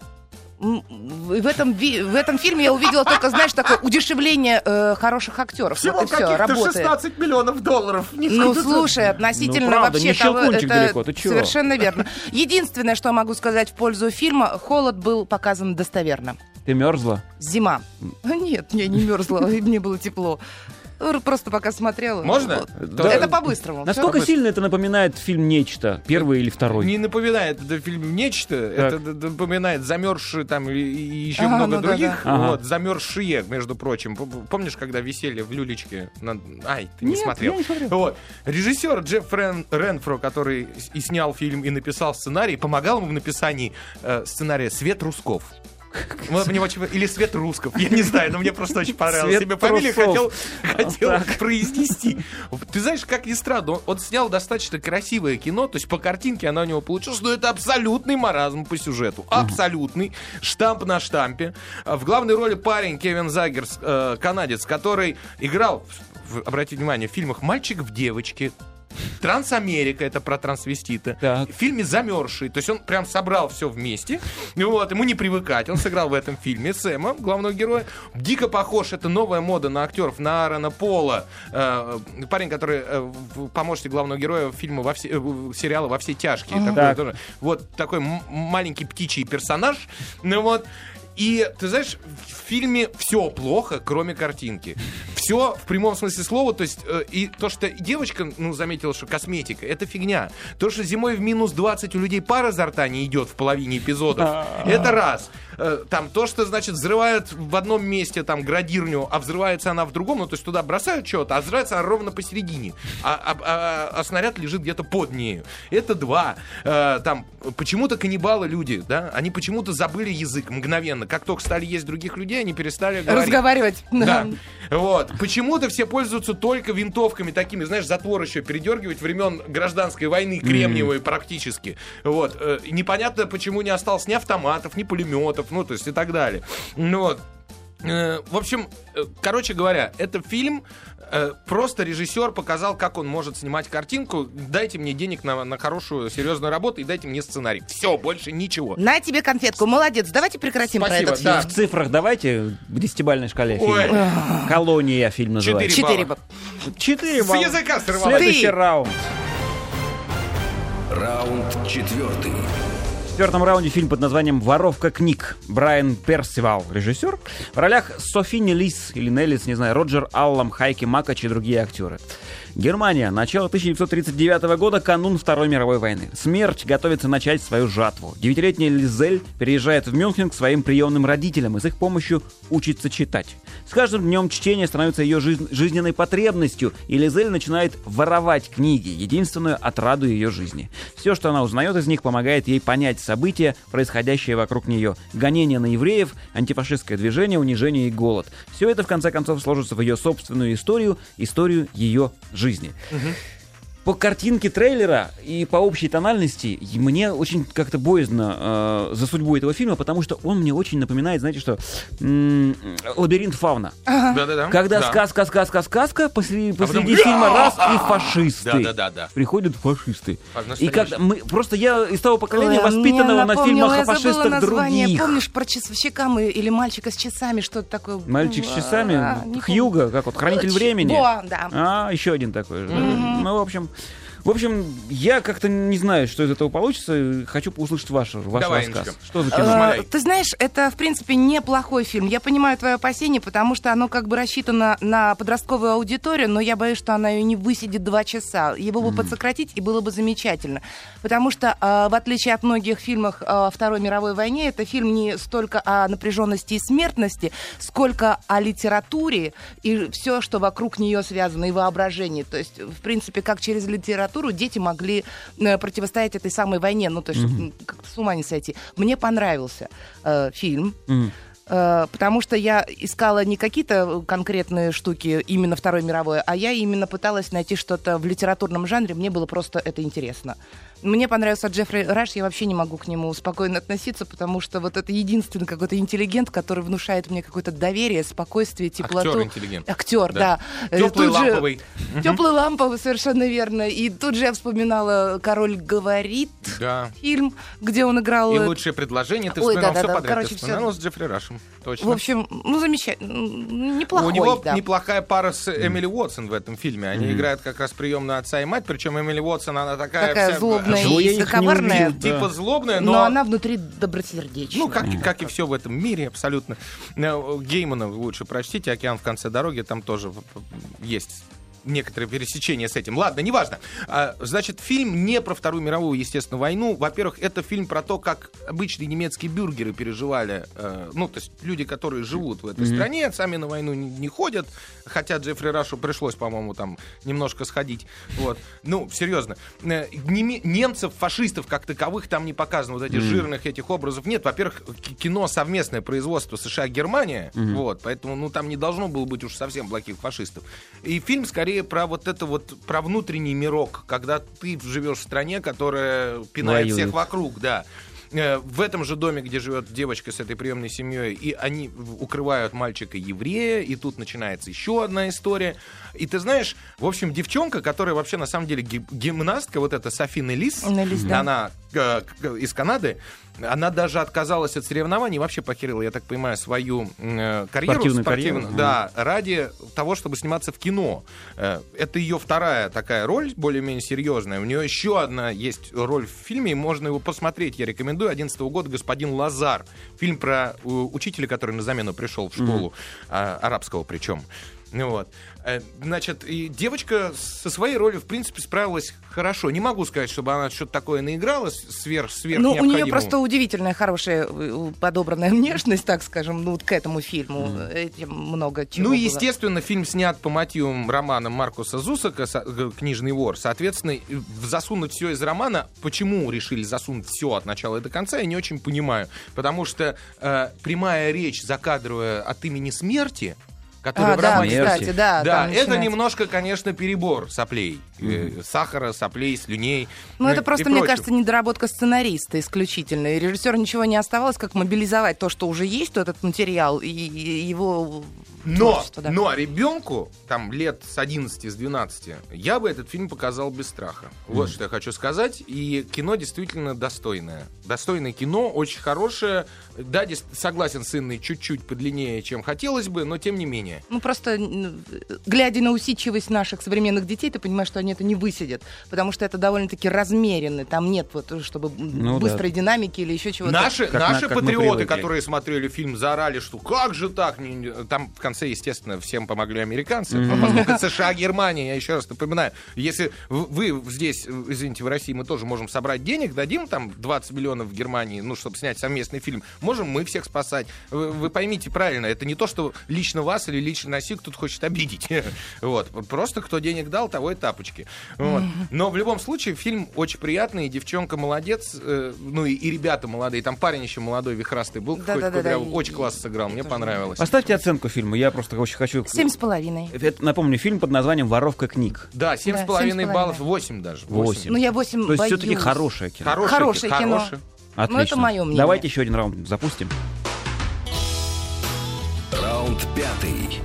В этом, ви- в этом фильме я увидела только, знаешь, такое удешевление э, хороших актеров. Всего вот и все, каких-то работает. шестнадцать миллионов долларов. Ну, слушай, относительно Ну, правда, вообще не того, Щелкунчик это далеко, ты чего? совершенно верно. Единственное, что могу сказать в пользу фильма, холод был показан достоверно. Ты мерзла? Зима. Нет, я не мерзла, и мне было тепло. Просто пока смотрела. Можно? Вот. Да. Это по-быстрому. Насколько Всё. сильно это напоминает фильм «Нечто», первый или второй? Не напоминает это фильм «Нечто», это д- д- напоминает «Замерзшие» там и, и еще Ага, много ну да, других. да. Ага. Вот, «Замерзшие», между прочим. П- Помнишь, когда висели в люлечке? На... Ай, ты не Нет, смотрел. я не смотрел. Вот. Режиссер Джефф Рен- Ренфро, который с- и снял фильм, и написал сценарий, помогал ему в написании э, сценария «Свет Русков». Вот мне очень- Или Свет Русков. Я не знаю, но мне просто очень понравилось. Свет Себе фамилию хотел, Трусов. хотел Так. произнести. Ты знаешь, как ни странно, он, он снял достаточно красивое кино, то есть по картинке она у него получилась, но это абсолютный маразм по сюжету. Абсолютный. Штамп на штампе. В главной роли парень Кевин Заггерс, э, канадец, который играл, в- обратите внимание, в фильмах «Мальчик в девочке», «Трансамерика», это про трансвестита. Так. В фильме «Замерзший». То есть он прям собрал все вместе. Вот, ему не привыкать. Он сыграл в этом фильме Сэма, главного героя. Дико похож, это новая мода на актеров, на Аарона Пола. Э, парень, который э, в- помощник главного героя фильма во все, э, сериала «Во все тяжкие». Такой Так. тоже. Вот такой м- маленький птичий персонаж. Ну вот. И, ты знаешь, в фильме все плохо, кроме картинки. Все в прямом смысле слова. То есть, э, и то, что девочка, ну, заметила, что косметика, это фигня. То, что зимой в минус двадцать у людей пар изо рта не идет в половине эпизодов, это раз. Э, там то, что, значит, взрывают в одном месте там градирню, а взрывается она в другом, ну, то есть туда бросают что-то, а взрывается она ровно посередине. А, а- а- а снаряд лежит где-то под нею. Это два. Э, там почему-то каннибалы люди, да, они почему-то забыли язык мгновенно. Как только стали есть других людей, они перестали говорить. Разговаривать. Да. Вот. Почему-то все пользуются только винтовками такими, знаешь, затвор еще передергивать времен гражданской войны, кремниевой практически. Вот. Э, Непонятно, почему не осталось ни автоматов, ни пулеметов, ну, то есть и так далее. Ну, вот. Э, В общем, э, короче говоря, это фильм, э, просто режиссер показал, как он может снимать картинку. Дайте мне денег на, на хорошую, серьезную работу и дайте мне сценарий. Все, больше ничего. На тебе конфетку. Молодец. Давайте прекратим Спасибо, про этот да. фильм. В цифрах давайте в десятибалльной шкале Ой. фильма. «Колония» фильм называется. Четыре Четыре. балла. ба- Четыре С балла. языка сорвалось. Следующий Ты. раунд. Раунд четвертый. В четвертом раунде фильм под названием «Воровка книг». Брайан Персивал, режиссер. В ролях Софи Неллис или Неллис, не знаю, Роджер Аллам, Хайки Макач и другие актеры. Германия. Начало тысяча девятьсот тридцать девятого года, канун Второй мировой войны. Смерть готовится начать свою жатву. Девятилетняя Лизель переезжает в Мюнхен к своим приемным родителям и с их помощью учится читать. С каждым днем чтение становится ее жизнь, жизненной потребностью, и Лизель начинает воровать книги, единственную отраду ее жизни. Все, что она узнает из них, помогает ей понять события, происходящие вокруг нее. Гонения на евреев, антифашистское движение, унижение и голод. Все это, в конце концов, сложится в ее собственную историю, историю ее жизни. жизни. Угу. По картинке трейлера и по общей тональности мне очень как-то боязно э, за судьбу этого фильма, потому что он мне очень напоминает, знаете что, м- «Лабиринт Фауна». Ага. Да-да-да. Когда да. сказка, сказка, сказка, посреди, а посреди потом... фильма раз и фашисты. Да-да-да. Приходят фашисты. А, и как мы, просто я из того поколения, Ой, воспитанного на фильмах о фашистах название. других. Помнишь про часовщика мы, или мальчика с часами, что-то такое? Мальчик с часами? А, Хьюго, как вот, «Хранитель времени». Во, да. А, еще один такой же. Mm-hmm. Ну, в общем... В общем, я как-то не знаю, что из этого получится. Хочу услышать ваш, ваш Давай, рассказ. Иночка. Что за кино? А, ты знаешь, это, в принципе, неплохой фильм. Я понимаю твое опасение, потому что оно как бы рассчитано на подростковую аудиторию, но я боюсь, что она ее не высидит два часа. Его бы mm. подсократить, и было бы замечательно. Потому что, а, в отличие от многих фильмов о Второй мировой войне, это фильм не столько о напряженности и смертности, сколько о литературе и все, что вокруг нее связано, и воображении. То есть, в принципе, как через литературу дети могли э, противостоять этой самой войне, ну, то есть, mm-hmm. как-то с ума не сойти. Мне понравился э, фильм, mm-hmm. э, потому что я искала не какие-то конкретные штуки, именно Второй мировой, а я именно пыталась найти что-то в литературном жанре, мне было просто это интересно. Мне понравился Джеффри Раш, я вообще не могу к нему спокойно относиться, потому что вот это единственный какой-то интеллигент, который внушает мне какое-то доверие, спокойствие, теплоту. Актер-интеллигент. Актер, да. да. Теплый, ламповый. Теплый, ламповый, совершенно верно. И тут же я вспоминала «Король говорит», да. фильм, где он играл... И «Лучшее предложение», ты Ой, вспоминал да, все да, подряд. короче, ты вспоминал все... с Джеффри Рашем. Точно. В общем, ну, замечательно. Неплохой, У него да. неплохая пара с Эмили Уотсон в этом фильме. Они mm-hmm. играют как раз приемную отца и мать, причем Эмили Уотсон, она такая... Такая вся... злобная и коварная. Типа да. злобная, но... Но она внутри добросердечная. Ну, как, как и все в этом мире, абсолютно. Геймана лучше прочтите, «Океан в конце дороги», там тоже есть... некоторые пересечения с этим. Ладно, неважно. А, значит, фильм не про Вторую мировую, естественно, войну. Во-первых, это фильм про то, как обычные немецкие бюргеры переживали, э, ну, то есть люди, которые живут в этой mm-hmm. стране, сами на войну не, не ходят, хотя Джеффри Рашу пришлось, по-моему, там немножко сходить. Вот. Ну, серьезно. Э, неме- немцев, фашистов, как таковых, там не показано. Вот этих mm-hmm. жирных этих образов нет. Во-первых, кино совместное производство США-Германия, mm-hmm. вот, поэтому, ну, там не должно было быть уж совсем плохих фашистов. И фильм, скорее, про вот это вот, про внутренний мирок, когда ты живешь в стране, которая пинает Воюет. всех вокруг, да. В этом же доме, где живет девочка с этой приемной семьей, и они укрывают мальчика-еврея, и тут начинается еще одна история. И ты знаешь, в общем, девчонка, которая вообще на самом деле гимнастка, вот эта Софи Неллис, Неллис, да. она э, из Канады, она даже отказалась от соревнований, вообще похерила, я так понимаю, свою э, карьеру спортивную, спортивную карьеру, да, да, ради того, чтобы сниматься в кино. Э, это ее вторая такая роль, более-менее серьезная. У нее еще одна есть роль в фильме, и можно его посмотреть, я рекомендую. одиннадцатого года «Господин Лазар». Фильм про э, учителя, который на замену пришел в школу, mm-hmm. э, арабского причем. Вот. Значит, и девочка со своей ролью, в принципе, справилась хорошо. Не могу сказать, чтобы она что-то такое наигралась сверх, сверх ну, необходимого. У нее просто удивительная, хорошая, подобранная внешность, так скажем, ну, к этому фильму. Mm. Этим много чего Ну, было. Естественно, фильм снят по мотивам романа Маркуса Зусака «Книжный вор». Соответственно, засунуть все из романа, почему решили засунуть все от начала и до конца, я не очень понимаю. Потому что э, прямая речь, закадровая от имени смерти, который а, в да, романе, кстати, да, да, это немножко, конечно, перебор соплей, mm-hmm. сахара, соплей, слюней. Ну, это просто, мне кажется, недоработка сценариста исключительно. И режиссеру ничего не оставалось, как мобилизовать то, что уже есть, то этот материал, и его... Но, да. но ребенку, там, лет с одиннадцати, с двенадцати, я бы этот фильм показал без страха. Вот mm-hmm. что я хочу сказать. И кино действительно достойное. Достойное кино, очень хорошее. Да, согласен с Инной, чуть-чуть подлиннее, чем хотелось бы, но тем не менее. Ну, просто, глядя на усидчивость наших современных детей, ты понимаешь, что они они это не высидят, потому что это довольно-таки размеренно, там нет вот, чтобы Ну, быстрой да. динамики или еще чего-то. Наши, Как наши на- как мы патриоты, привыкли. которые смотрели фильм, заорали, что как же так? Не- не- Там в конце, естественно, всем помогли американцы. Мгм. Поскольку это США, Германия, я еще раз напоминаю. Если вы вы здесь, извините, в России, мы тоже можем собрать денег, дадим там двадцать миллионов в Германии, ну, чтобы снять совместный фильм, можем мы всех спасать. Вы, вы поймите правильно, это не то, что лично вас или лично Россию кто-то хочет обидеть. Вот. Просто кто денег дал, того и тапочки. Вот. Но в любом случае фильм очень приятный, девчонка молодец, э, ну и, и ребята молодые, там парень еще молодой, вихрастый был, какой-то Да-да-да-да, кудрявый, и- очень классно сыграл, мне тоже. понравилось. Поставьте оценку фильму, я просто очень хочу... Семь с половиной. Это, напомню, фильм под названием «Воровка книг». Да, семь Да, с половиной семь с баллов, половиной. восемь даже. Восемь. Ну, я восемь То есть боюсь. все-таки хорошее кино. Хорошее, Хорошее кино. хорошее. Отлично. это мое мнение. Давайте еще один раунд запустим. Раунд пятый.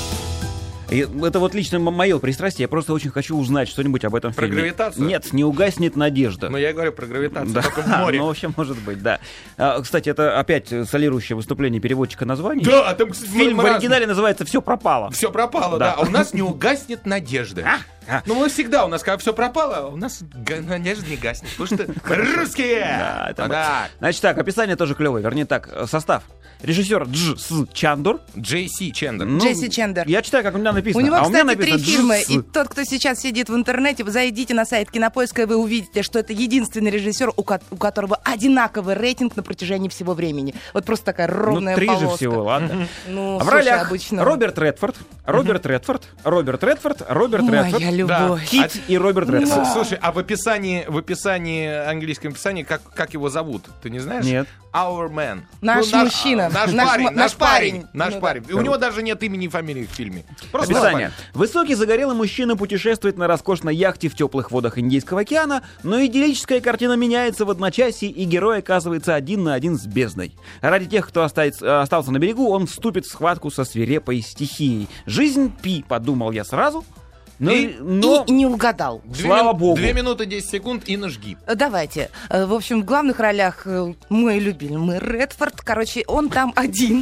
И это вот лично мое пристрастие. Я просто очень хочу узнать что-нибудь об этом Про фильме. гравитацию? Нет, не угаснет надежда. Но я говорю про гравитацию, Да, только в море. ну, вообще, может быть, да. А, кстати, это опять солирующее выступление переводчика названий. Да, там, кстати, Фильм в оригинале называется «Все пропало». Все пропало, Да. да. А у нас не угаснет надежда. А? Ну, мы всегда, у нас, когда все пропало, у нас га- надежда не гаснет. Потому что русские! Да, это мы. Да. Значит так, описание тоже клевое. Вернее так, состав. Режиссер Дж. С. Чандур. Джей Си Чендер. Ну, Джесси Чендер. Я читаю, как у меня написано. У него, а у меня кстати, три написано фильма, Дж. и С. тот, кто сейчас сидит в интернете, вы зайдите на сайт Кинопоиска, и вы увидите, что это единственный режиссер, у, ко- у которого одинаковый рейтинг на протяжении всего времени. Вот просто такая ровная Ну, три же полоска. всего, ладно. Ну, А в слушай, ролях обычно... Роберт Редфорд, Роберт Редфорд, Роберт Редфорд, Роберт Редфорд, Моя любовь. Кит и Роберт Ну, Редфорд. С- Слушай, а в описании, в описании, английском описании, как, как его зовут? Ты не знаешь? Нет. Our man. Наш мужчина. Наш, Наш парень, м- наш наш парень. парень. Наш Ну парень. И у него даже нет имени и фамилии в фильме. Просто Описание. парень. Высокий загорелый мужчина путешествует на роскошной яхте в теплых водах Индийского океана, но идиллическая картина меняется в одночасье, и герой оказывается один на один с бездной. Ради тех, кто остается- остался на берегу, он вступит в схватку со свирепой стихией. Жизнь Пи, подумал я сразу, но... И- но... И не угадал. Две Слава мин- богу. Две минуты десять секунд и нажги. Э, Давайте. Э, В общем, в главных ролях э, мой любимый Редфорд. Короче, он там один.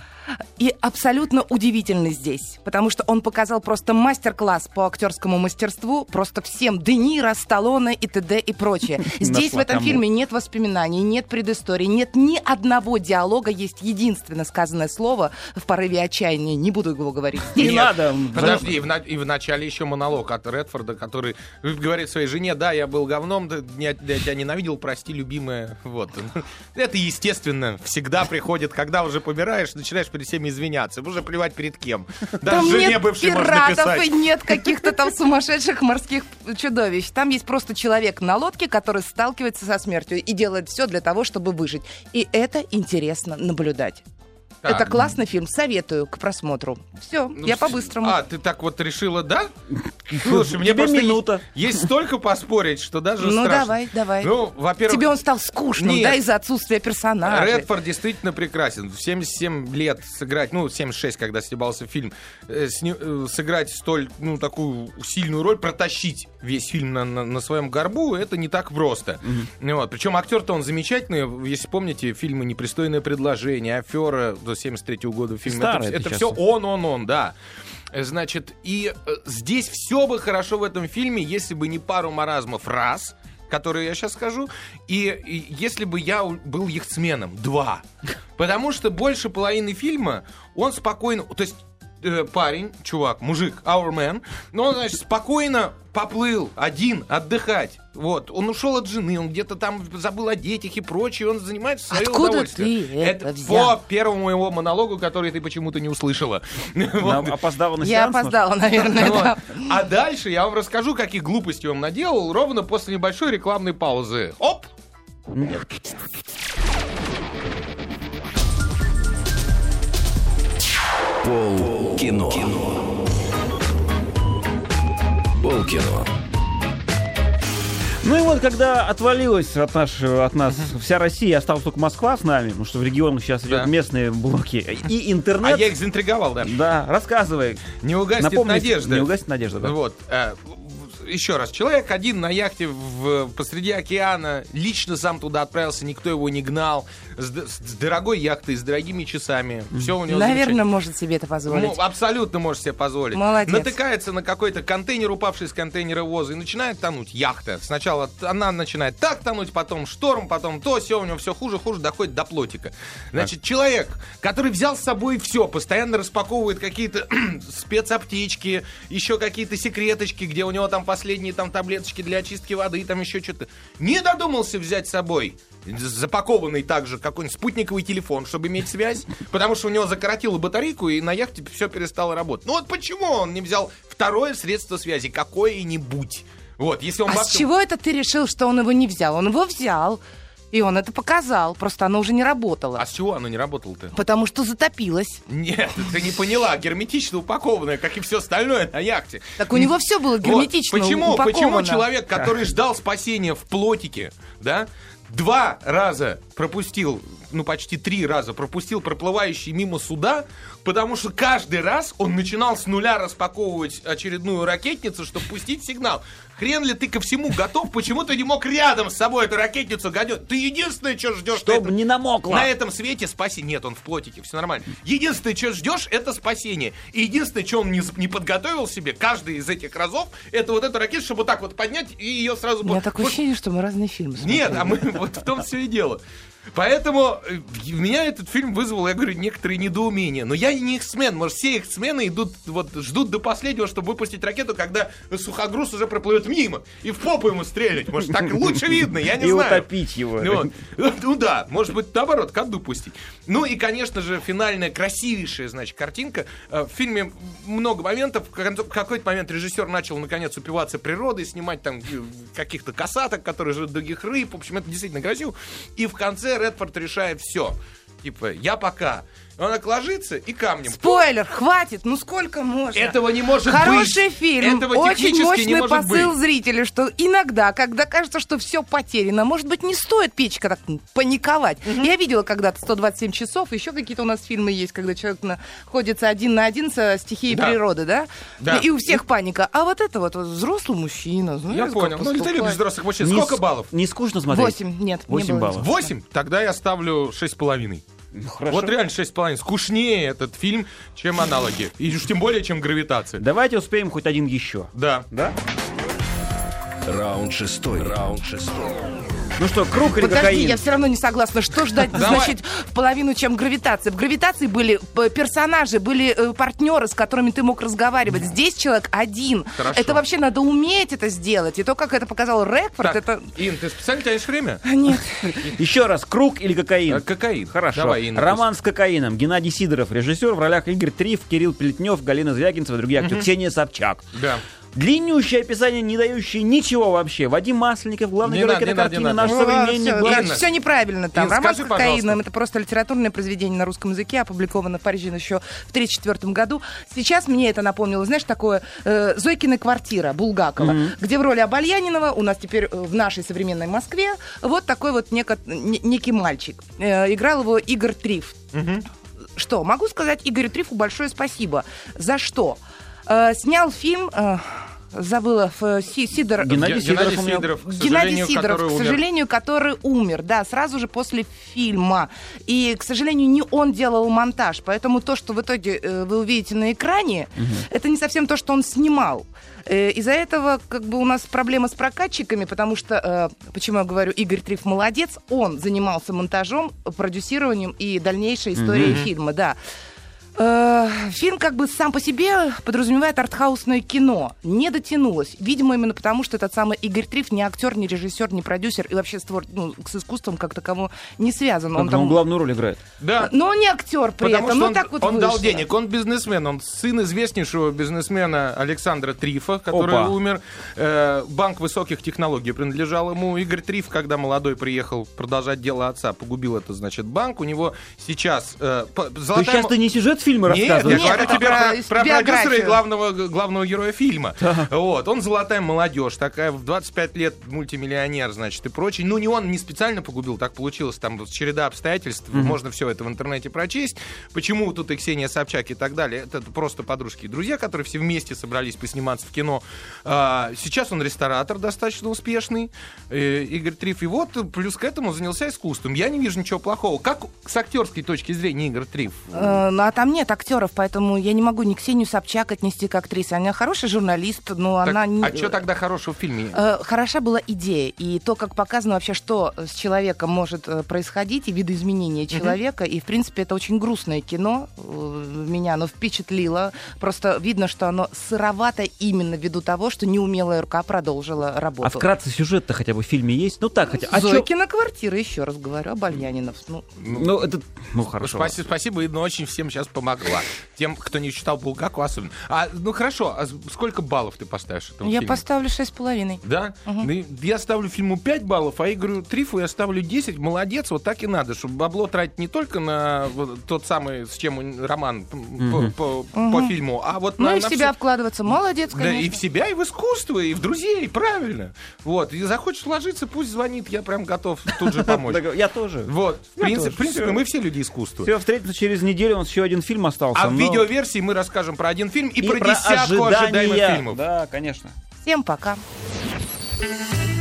И абсолютно удивительный здесь, потому что он показал просто мастер-класс по актерскому мастерству, просто всем Де Ниро, Сталлоне и т.д. и прочее. Здесь в Нашла этом кому. фильме нет воспоминаний, нет предыстории, нет ни одного диалога, есть единственно сказанное слово в порыве отчаяния. Не буду его говорить. Не Нет, надо. Подожди, и в, на- и в начале еще монолог от Редфорда, который говорит своей жене: да, я был говном, да, я, я тебя ненавидел, прости, любимая. Вот. Это естественно. Всегда приходит, когда уже помираешь, начинаешь перед всеми извиняться. Уже плевать перед кем. Даже Там жене нет бывшей можно пиратов писать. и нет каких-то там сумасшедших морских чудовищ. Там есть просто человек на лодке, который сталкивается со смертью и делает все для того, чтобы выжить. И это интересно наблюдать. Так. Это классный фильм, советую к просмотру. Все, Ну, я с- по-быстрому. А, ты так вот решила, да? Слушай, мне Тебе просто минута. Есть, есть столько поспорить, что даже Ну страшно. давай, давай. Ну, во-первых, Тебе он стал скучным, Нет. да, из-за отсутствия персонажа. Редфорд действительно прекрасен. В семьдесят семь лет сыграть, ну, семьдесят шесть, когда снимался фильм, э, сни- э, сыграть столь, ну, такую сильную роль, протащить весь фильм на, на, на своем горбу, это не так просто. Ну, вот. Причем актер-то он замечательный. Если помните, фильмы «Непристойное предложение», «Афера» до семьдесят третьего года фильм. Старый Это, это это сейчас. все он, он, он, да. Значит, и э, здесь все бы хорошо в этом фильме, если бы не пару маразмов раз, которые я сейчас скажу, и, и если бы я у- был яхтсменом, два. Потому что больше половины фильма он спокойно, то есть э, парень, чувак, мужик, our man, но он, значит, спокойно поплыл один отдыхать. Вот, он ушел от жены, он где-то там забыл о детях и прочее, он занимается в свое Откуда удовольствие. ты это взял? по первому его монологу, который ты почему-то не услышала. Нам Вот. опоздала на Я сеанс, может? опоздала, наверное, Вот. да. А дальше я вам расскажу, какие глупости он наделал ровно после небольшой рекламной паузы. Оп! Нет. Пол кино. Пол кино. Ну и вот, когда отвалилась от, нашего, от нас вся Россия, осталась только Москва с нами, потому что в регионах сейчас идет Да. местные блоки, и А интернет... я их заинтриговал, да. Да, рассказывай. Не угаснет Напомните, надежда. Не угаснет надежда, да. Вот. э, еще раз, человек один на яхте в, посреди океана, лично сам туда отправился, никто его не гнал, с, с дорогой яхтой, с дорогими часами. Все у него Наверное, может себе это позволить. Ну, абсолютно может себе позволить. Молодец. Натыкается на какой-то контейнер, упавший с контейнера воза, и начинает тонуть яхта. Сначала она начинает так тонуть, потом шторм, потом то, все, у него все хуже, хуже, доходит до плотика. Значит, человек, который взял с собой все, постоянно распаковывает какие-то спецаптечки, еще какие-то секреточки, где у него там последние там таблеточки для очистки воды, там еще что-то, не додумался взять с собой запакованный также какой-нибудь спутниковый телефон, чтобы иметь связь, потому что у него закоротило батарейку, и на яхте все перестало работать. Ну вот почему он не взял второе средство связи, какое-нибудь? Вот, если он А бабка... с чего это ты решил, что он его не взял? Он его взял, и он это показал, просто оно уже не работало. А с чего оно не работало-то? Потому что затопилось. Нет, ты не поняла, герметично упакованное, как и все остальное на яхте. Так у него все было герметично Вот. Почему, упаковано. почему человек, который ждал спасения в плотике, да, два раза пропустил, ну почти три раза пропустил проплывающие мимо суда, потому что каждый раз он начинал с нуля распаковывать очередную ракетницу, чтобы пустить сигнал. Хрен ли ты ко всему готов? Почему ты не мог рядом с собой эту ракетницу гадить? Ты единственное, что ждешь... Чтобы не намокло. На этом свете спасение. Нет, он в плотике, все нормально. Единственное, что ждешь, это спасение. И единственное, что он не, не подготовил себе, каждый из этих разов, это вот эту ракету, чтобы вот так вот поднять и ее сразу... У меня такое ощущение, что мы разные фильмы смотрим. Нет, а мы вот в том все и дело. Поэтому меня этот фильм вызвал, я говорю, некоторые недоумения. Но я не X-Men. Может, все X-мены идут, вот, ждут до последнего, чтобы выпустить ракету, когда сухогруз уже проплывет мимо. И в попу ему стрелять. Может, так лучше видно, я не и знаю. И утопить его. Ну, ну да, может быть, наоборот, ко дну пустить. Ну и, конечно же, финальная, красивейшая, значит, картинка. В фильме много моментов. В какой-то момент режиссер начал, наконец, упиваться природой, снимать там каких-то касаток, которые живут других рыб. В общем, это действительно красиво. И в конце Редфорд решает все. Типа, я пока. Он так ложится и камнем. Спойлер, хватит, ну сколько можно? Этого не может Хороший быть. фильм, Этого очень технически не мощный может посыл быть. зрителю, что иногда, когда кажется, что все потеряно, может быть, не стоит печка так паниковать. Угу. Я видела когда-то сто двадцать семь часов, еще какие-то у нас фильмы есть, когда человек находится один на один со стихией да. природы, да? Да. И, и у всех и... паника. А вот это вот, вот взрослый мужчина, знаешь, я понял. Ну, ты любишь взрослых мужчин. Сколько не баллов? Не скучно смотреть? Восемь, нет. Восемь баллов. Восемь? Тогда я ставлю шесть с половиной. Хорошо. Вот реально шесть с половиной. Скучнее этот фильм, чем аналоги. И уж тем более, чем «Гравитация». Давайте успеем хоть один еще. Да. Да? Раунд шестой. Раунд шестой. Ну что, круг или Подожди, кокаин? я все равно не согласна. Что ждать, значит, в половину, чем гравитация? В гравитации были персонажи, были партнеры, с которыми ты мог разговаривать. Здесь человек один. Хорошо. Это вообще надо уметь это сделать. И то, как это показал Редфорд, так, это... Ин, ты специально тянешь время? Нет. Еще раз, круг или кокаин? Кокаин. Хорошо. Давай, Инна, Роман с кокаином. Геннадий Сидоров, режиссер, в ролях Игорь Триф, Кирилл Плетнев, Галина Звягинцева, другие актеры. Ксения Собчак. Да. Длиннющее описание, не дающее ничего вообще. Вадим Масленников, главный герой этой картины, наш Ну, современник. все, главный... все неправильно там. Ин, Роман с скажи, кокаином пожалуйста. — это просто литературное произведение на русском языке, опубликовано в Париже еще в тысяча девятьсот тридцать четвёртом году. Сейчас мне это напомнило, знаешь, такое э, «Зойкина квартира» Булгакова, mm-hmm. где в роли Обальянинова у нас теперь в нашей современной Москве вот такой вот неко, не, некий мальчик. Э, играл его Игорь Триф. Mm-hmm. Что, могу сказать Игорю Трифу большое спасибо. За что? Э, снял фильм... Э, Забыла, Сидор... Геннадий Сидоров, Геннадий Сидоров, к Геннадий сожалению, Сидоров, который к умер. сожалению, который умер, да, сразу же после фильма. И, к сожалению, не он делал монтаж, поэтому то, что в итоге э, вы увидите на экране, угу. это не совсем то, что он снимал. Э, из-за этого как бы у нас проблема с прокатчиками, потому что, э, почему я говорю, Игорь Триф молодец, он занимался монтажом, продюсированием и дальнейшей историей угу. фильма, да. Фильм как бы сам по себе подразумевает артхаусное кино. Не дотянулось. Видимо, именно потому, что этот самый Игорь Триф не актер, не режиссер, не продюсер и вообще с, твор... ну, с искусством как таковому не связан. Он, он, там... он главную роль играет. Да. Но он не актер при Потому этом. что ну, он, так вот он вышло. дал денег, он бизнесмен, он сын известнейшего бизнесмена Александра Трифа, который Опа. умер. Э, банк высоких технологий принадлежал ему. Игорь Триф, когда молодой приехал продолжать дело отца, погубил это, значит, банк. У него сейчас... Э, по, То золотая... есть сейчас ты не сюжет фильма Нет, рассказываешь. я говорю это тебе про про, про продюсера и биографию. главного, главного героя фильма. Вот, он золотая молодежь, такая в двадцать пять лет мультимиллионер, значит, и прочее. Ну, не он не специально погубил, так получилось, там череда обстоятельств, mm-hmm. можно все это в интернете прочесть. Почему тут и Ксения Собчак и так далее. Это просто подружки и друзья, которые все вместе собрались посниматься в кино. А, сейчас он ресторатор достаточно успешный, э, Игорь Триф. И вот плюс к этому занялся искусством. Я не вижу ничего плохого. Как с актерской точки зрения Игорь Триф? Э, ну, а там нет актеров, поэтому я не могу ни Ксению Собчак отнести к актрисе. Она хороший журналист, но Так, она... не- а что тогда хорошего в фильме? Э, Хороша была идея, и то, как показано вообще, что с человеком может э, происходить, и видоизменения человека, и, в принципе, это очень грустное кино, э, меня оно впечатлило, просто видно, что оно сыровато именно ввиду того, что неумелая рука продолжила работу. А вкратце сюжет-то хотя бы в фильме есть? Ну так хотя. А чё- Зойкина квартира, еще раз говорю, Обольянинов. Ну, Ну, это... Ну, хорошо. Спасибо, спасибо, Инна очень всем сейчас помогла. Тем, кто не читал Булгаку особенно. А, ну хорошо, а сколько баллов ты поставишь этому я фильму? поставлю шесть с половиной. Да? Ну, и я ставлю фильму пять баллов, а Игорю Трифу я ставлю десять. Молодец, вот так и надо, чтобы бабло тратить не только на вот тот самый, с чем он- роман п- по, по- по фильму, а вот Ну на, и в на себя всё- вкладываться. Молодец, Да, конечно. и в себя, и в искусство, и в друзей, правильно. Вот, и захочешь ложиться, пусть звонит, я прям готов тут же помочь. Я тоже. Вот, в Я принципе, тоже. в принципе, Всё. мы все люди искусства. Все, встретимся через неделю, у нас еще один фильм остался. А в но- видеоверсии мы расскажем про один фильм и, и про десятку ожидаемых ожидания. фильмов. Да, конечно. Всем пока.